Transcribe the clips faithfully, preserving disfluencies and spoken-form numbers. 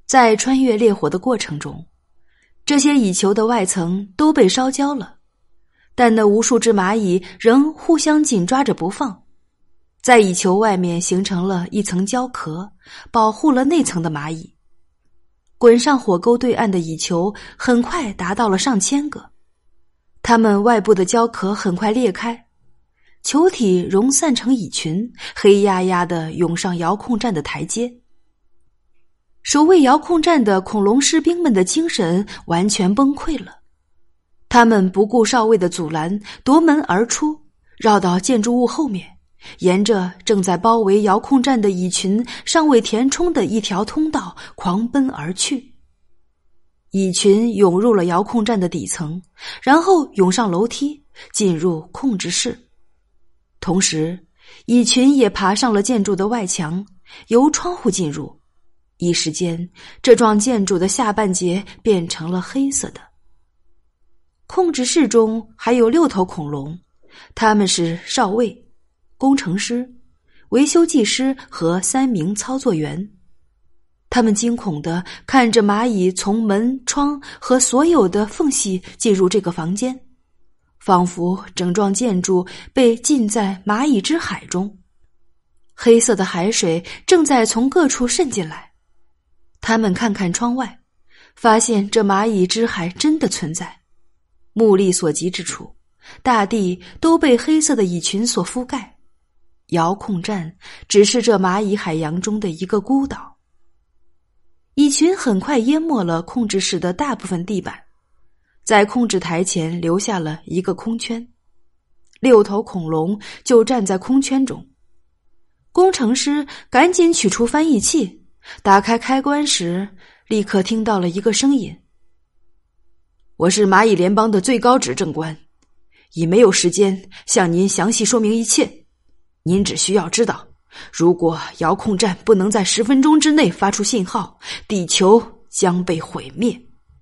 在穿越烈火的过程中，这些蚁球的外层都被烧焦了，但那无数只蚂蚁仍互相紧抓着不放，在蚁球外面形成了一层胶壳，保护了内层的蚂蚁。滚上火沟对岸的蚁球很快达到了上千个，它们外部的胶壳很快裂开，球体融散成蚁群，黑压压地涌上遥控站的台阶。守卫遥控站的恐龙士兵们的精神完全崩溃了，他们不顾少尉的阻拦，夺门而出，绕到建筑物后面，沿着正在包围遥控站的蚁群尚未填充的一条通道狂奔而去。蚁群涌入了遥控站的底层，然后涌上楼梯，进入控制室。同时，蚁群也爬上了建筑的外墙，由窗户进入。一时间，这幢建筑的下半截变成了黑色的。控制室中还有六头恐龙，他们是少尉、工程师、维修技师和三名操作员。他们惊恐地看着蚂蚁从门、窗和所有的缝隙进入这个房间，仿佛整幢建筑被浸在蚂蚁之海中。黑色的海水正在从各处渗进来。他们看看窗外，发现这蚂蚁之海真的存在。目力所及之处，大地都被黑色的蚁群所覆盖。遥控站只是这蚂蚁海洋中的一个孤岛。蚁群很快淹没了控制室的大部分地板，在控制台前留下了一个空圈。六头恐龙就站在空圈中。工程师赶紧取出翻译器，打开开关时，立刻听到了一个声音：我是蚂蚁联邦的最高执政官，已没有时间向您详细说明一切。您只需要知道，如果遥控站不能在十分钟之内发出信号，地球将被毁灭。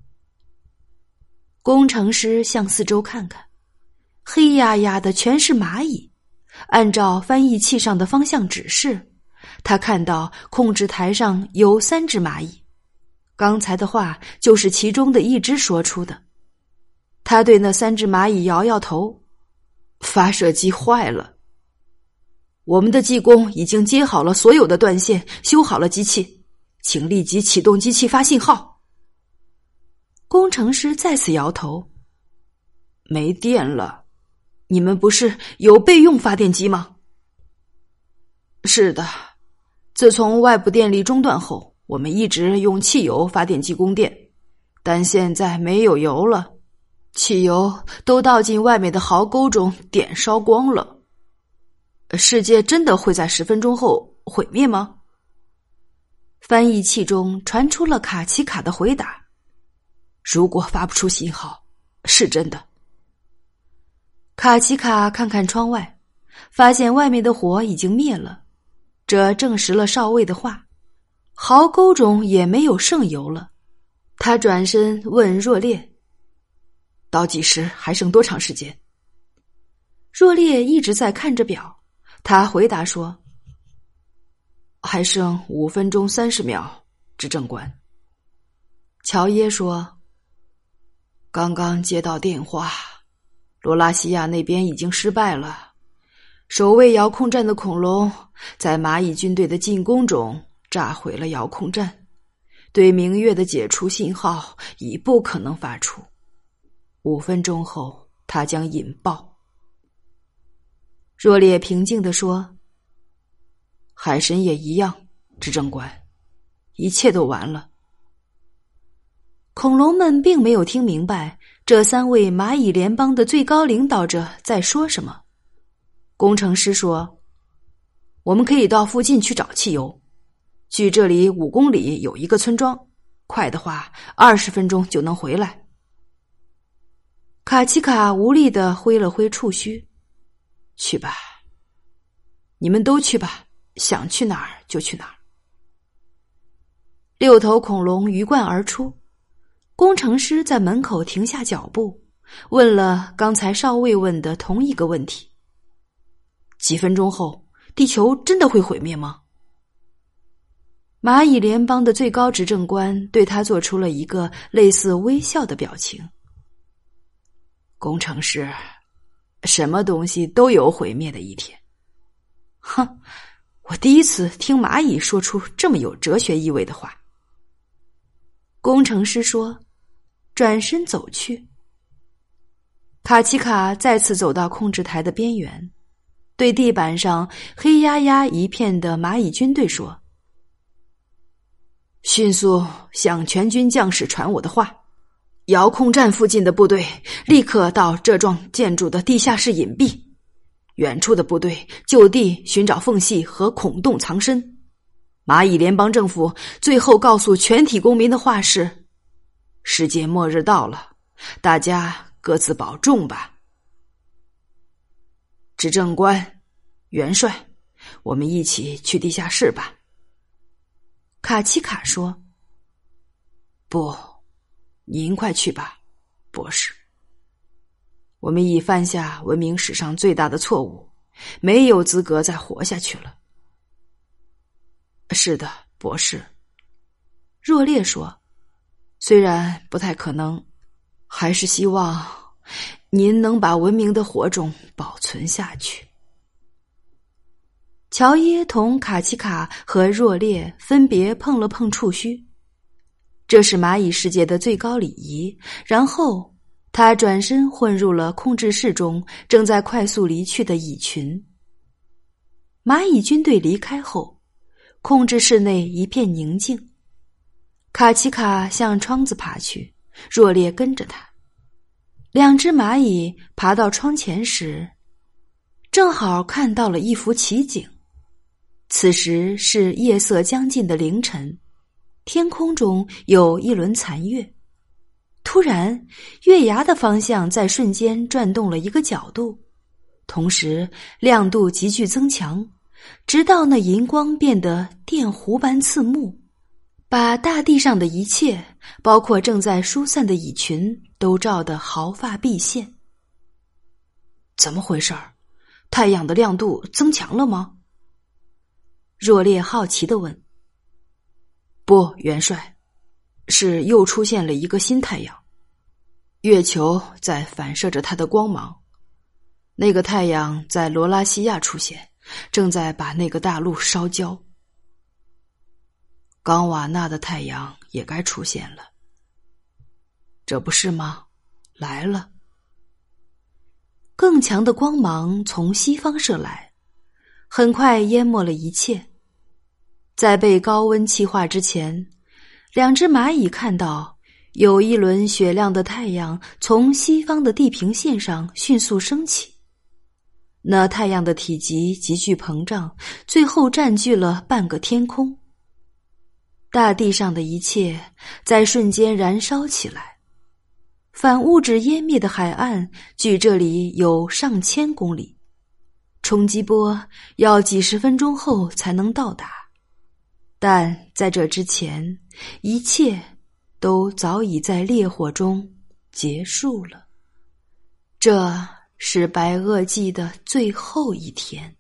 工程师向四周看看，黑压压的全是蚂蚁。按照翻译器上的方向指示，他看到控制台上有三只蚂蚁，刚才的话就是其中的一只说出的。他对那三只蚂蚁摇摇头：发射机坏了。我们的技工已经接好了所有的断线，修好了机器，请立即启动机器发信号。工程师再次摇头：没电了。你们不是有备用发电机吗？是的，自从外部电力中断后，我们一直用汽油发电机供电，但现在没有油了，汽油都倒进外面的壕沟中，点烧光了。世界真的会在十分钟后毁灭吗？翻译器中传出了卡奇卡的回答：如果发不出信号，是真的。卡奇卡看看窗外，发现外面的火已经灭了，这证实了少尉的话。壕沟中也没有剩油了。他转身问若烈：倒计时还剩多长时间？若烈一直在看着表，他回答说：还剩五分钟三十秒，执政官。乔耶说：刚刚接到电话，罗拉西亚那边已经失败了，守卫遥控站的恐龙在蚂蚁军队的进攻中炸毁了遥控站，对明月的解除信号已不可能发出，五分钟后它将引爆。若烈平静地说：海神也一样，执政官，一切都完了。恐龙们并没有听明白这三位蚂蚁联邦的最高领导者在说什么。工程师说：我们可以到附近去找汽油，距这里五公里有一个村庄，快的话二十分钟就能回来。卡奇卡无力地挥了挥触须：去吧，你们都去吧，想去哪儿就去哪儿。六头恐龙鱼贯而出，工程师在门口停下脚步，问了刚才少尉问的同一个问题：几分钟后，地球真的会毁灭吗？ 蚂蚁联邦的最高执政官对他做出了一个类似微笑的表情。工程师，什么东西都有毁灭的一天。哼，我第一次听蚂蚁说出这么有哲学意味的话。工程师说，转身走去。卡奇卡再次走到控制台的边缘，对地板上黑压压一片的蚂蚁军队说：迅速向全军将士传我的话，遥控站附近的部队立刻到这幢建筑的地下室隐蔽，远处的部队就地寻找缝隙和孔洞藏身。蚂蚁联邦政府最后告诉全体公民的话是：世界末日到了，大家各自保重吧。执政官，元帅，我们一起去地下室吧。卡奇卡说：不，您快去吧，博士。我们已犯下文明史上最大的错误，没有资格再活下去了。是的，博士。若烈说，虽然不太可能，还是希望您能把文明的火种保存下去。乔耶同卡奇卡和若烈分别碰了碰触须，这是蚂蚁世界的最高礼仪。然后他转身混入了控制室中正在快速离去的蚁群。蚂蚁军队离开后，控制室内一片宁静。卡奇卡向窗子爬去，若烈跟着他。两只蚂蚁爬到窗前时，正好看到了一幅奇景。此时是夜色将近的凌晨，天空中有一轮残月。突然，月牙的方向在瞬间转动了一个角度，同时亮度急剧增强，直到那银光变得电弧般刺目，把大地上的一切，包括正在疏散的蚁群，都照得毫发毕现。怎么回事儿？太阳的亮度增强了吗？若烈好奇地问。不，元帅，是又出现了一个新太阳。月球在反射着它的光芒。那个太阳在罗拉西亚出现，正在把那个大陆烧焦。冈瓦纳的太阳也该出现了，这不是吗？来了。更强的光芒从西方射来，很快淹没了一切。在被高温气化之前，两只蚂蚁看到有一轮雪亮的太阳从西方的地平线上迅速升起。那太阳的体积急剧膨胀，最后占据了半个天空。大地上的一切在瞬间燃烧起来。反物质湮灭的海岸距这里有上千公里，冲击波要几十分钟后才能到达。但在这之前，一切都早已在烈火中结束了。这是白垩纪的最后一天。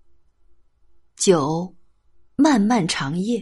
九，漫漫长夜。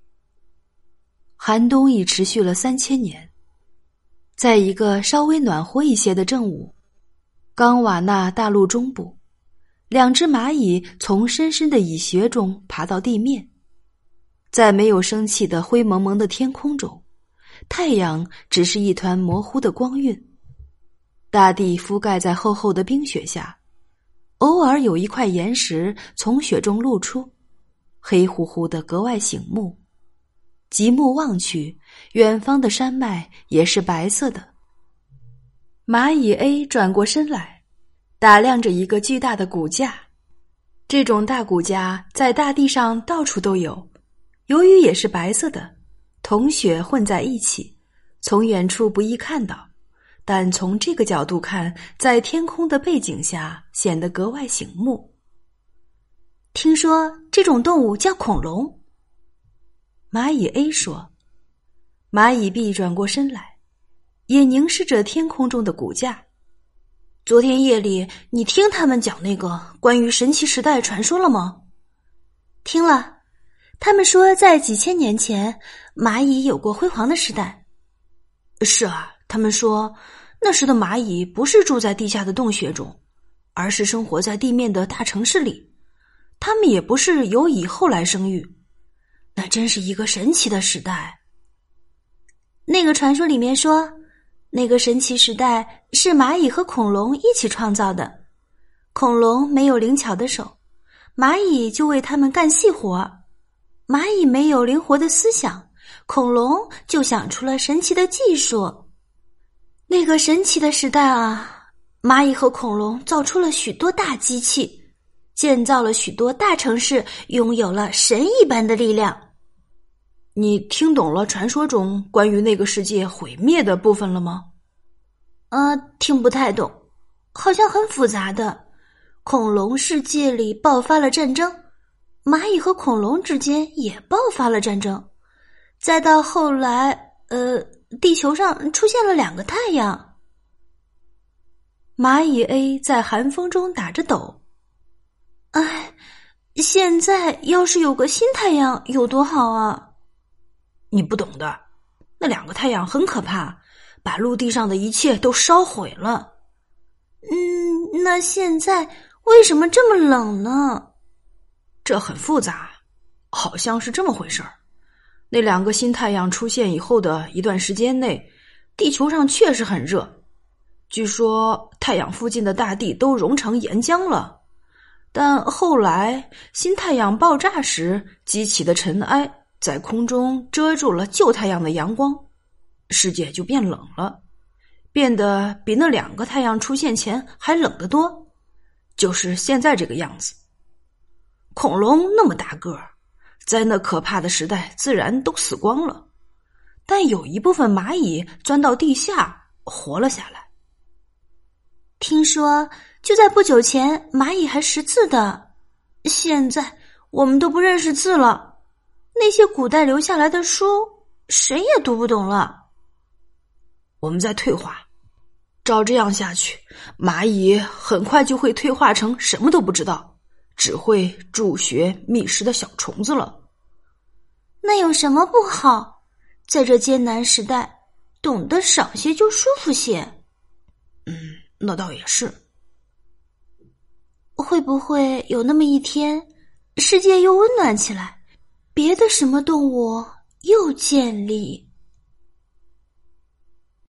寒冬已持续了三千年。在一个稍微暖和一些的正午，冈瓦纳大陆中部，两只蚂蚁从深深的蚁穴中爬到地面。在没有生气的灰蒙蒙的天空中，太阳只是一团模糊的光晕。大地覆盖在厚厚的冰雪下，偶尔有一块岩石从雪中露出，黑乎乎的格外醒目。极目望去，远方的山脉也是白色的。蚂蚁 A 转过身来，打量着一个巨大的骨架。这种大骨架在大地上到处都有，由于也是白色的，同雪混在一起，从远处不易看到，但从这个角度看，在天空的背景下显得格外醒目。听说这种动物叫恐龙。蚂蚁 A 说。蚂蚁 B 转过身来，也凝视着天空中的骨架。昨天夜里你听他们讲那个关于神奇时代传说了吗？听了， 他们说在几千年前，蚂蚁有过辉煌的时代。 是啊，他们说那时的蚂蚁不是住在地下的洞穴中，而是生活在地面的大城市里。他们也不是由蚁后来生育，那真是一个神奇的时代。 那个传说里面说，那个神奇时代是蚂蚁和恐龙一起创造的。恐龙没有灵巧的手，蚂蚁就为他们干细活。蚂蚁没有灵活的思想，恐龙就想出了神奇的技术。那个神奇的时代啊，蚂蚁和恐龙造出了许多大机器，建造了许多大城市，拥有了神一般的力量。 你听懂了传说中关于那个世界毁灭的部分了吗？ 呃，听不太懂，好像很复杂的。恐龙世界里爆发了战争，蚂蚁和恐龙之间也爆发了战争，再到后来，呃，地球上出现了两个太阳。 蚂蚁 A 在寒风中打着抖。 哎，现在要是有个新太阳有多好啊！ 你不懂的，那两个太阳很可怕，把陆地上的一切都烧毁了。 嗯，那现在为什么这么冷呢？ 这很复杂，好像是这么回事儿。那两个新太阳出现以后的一段时间内，地球上确实很热，据说太阳附近的大地都融成岩浆了。但后来新太阳爆炸时激起的尘埃在空中遮住了旧太阳的阳光，世界就变冷了，变得比那两个太阳出现前还冷得多，就是现在这个样子。恐龙那么大个儿，在那可怕的时代自然都死光了，但有一部分蚂蚁钻到地下活了下来。 听说就在不久前，蚂蚁还识字的，现在我们都不认识字了。那些古代留下来的书，谁也读不懂了。 我们在退化，照这样下去，蚂蚁很快就会退化成什么都不知道，只会蛀穴觅食的小虫子了。 那有什么不好？在这艰难时代，懂得少些就舒服些。 嗯，那倒也是。 会不会有那么一天，世界又温暖起来，别的什么动物又建立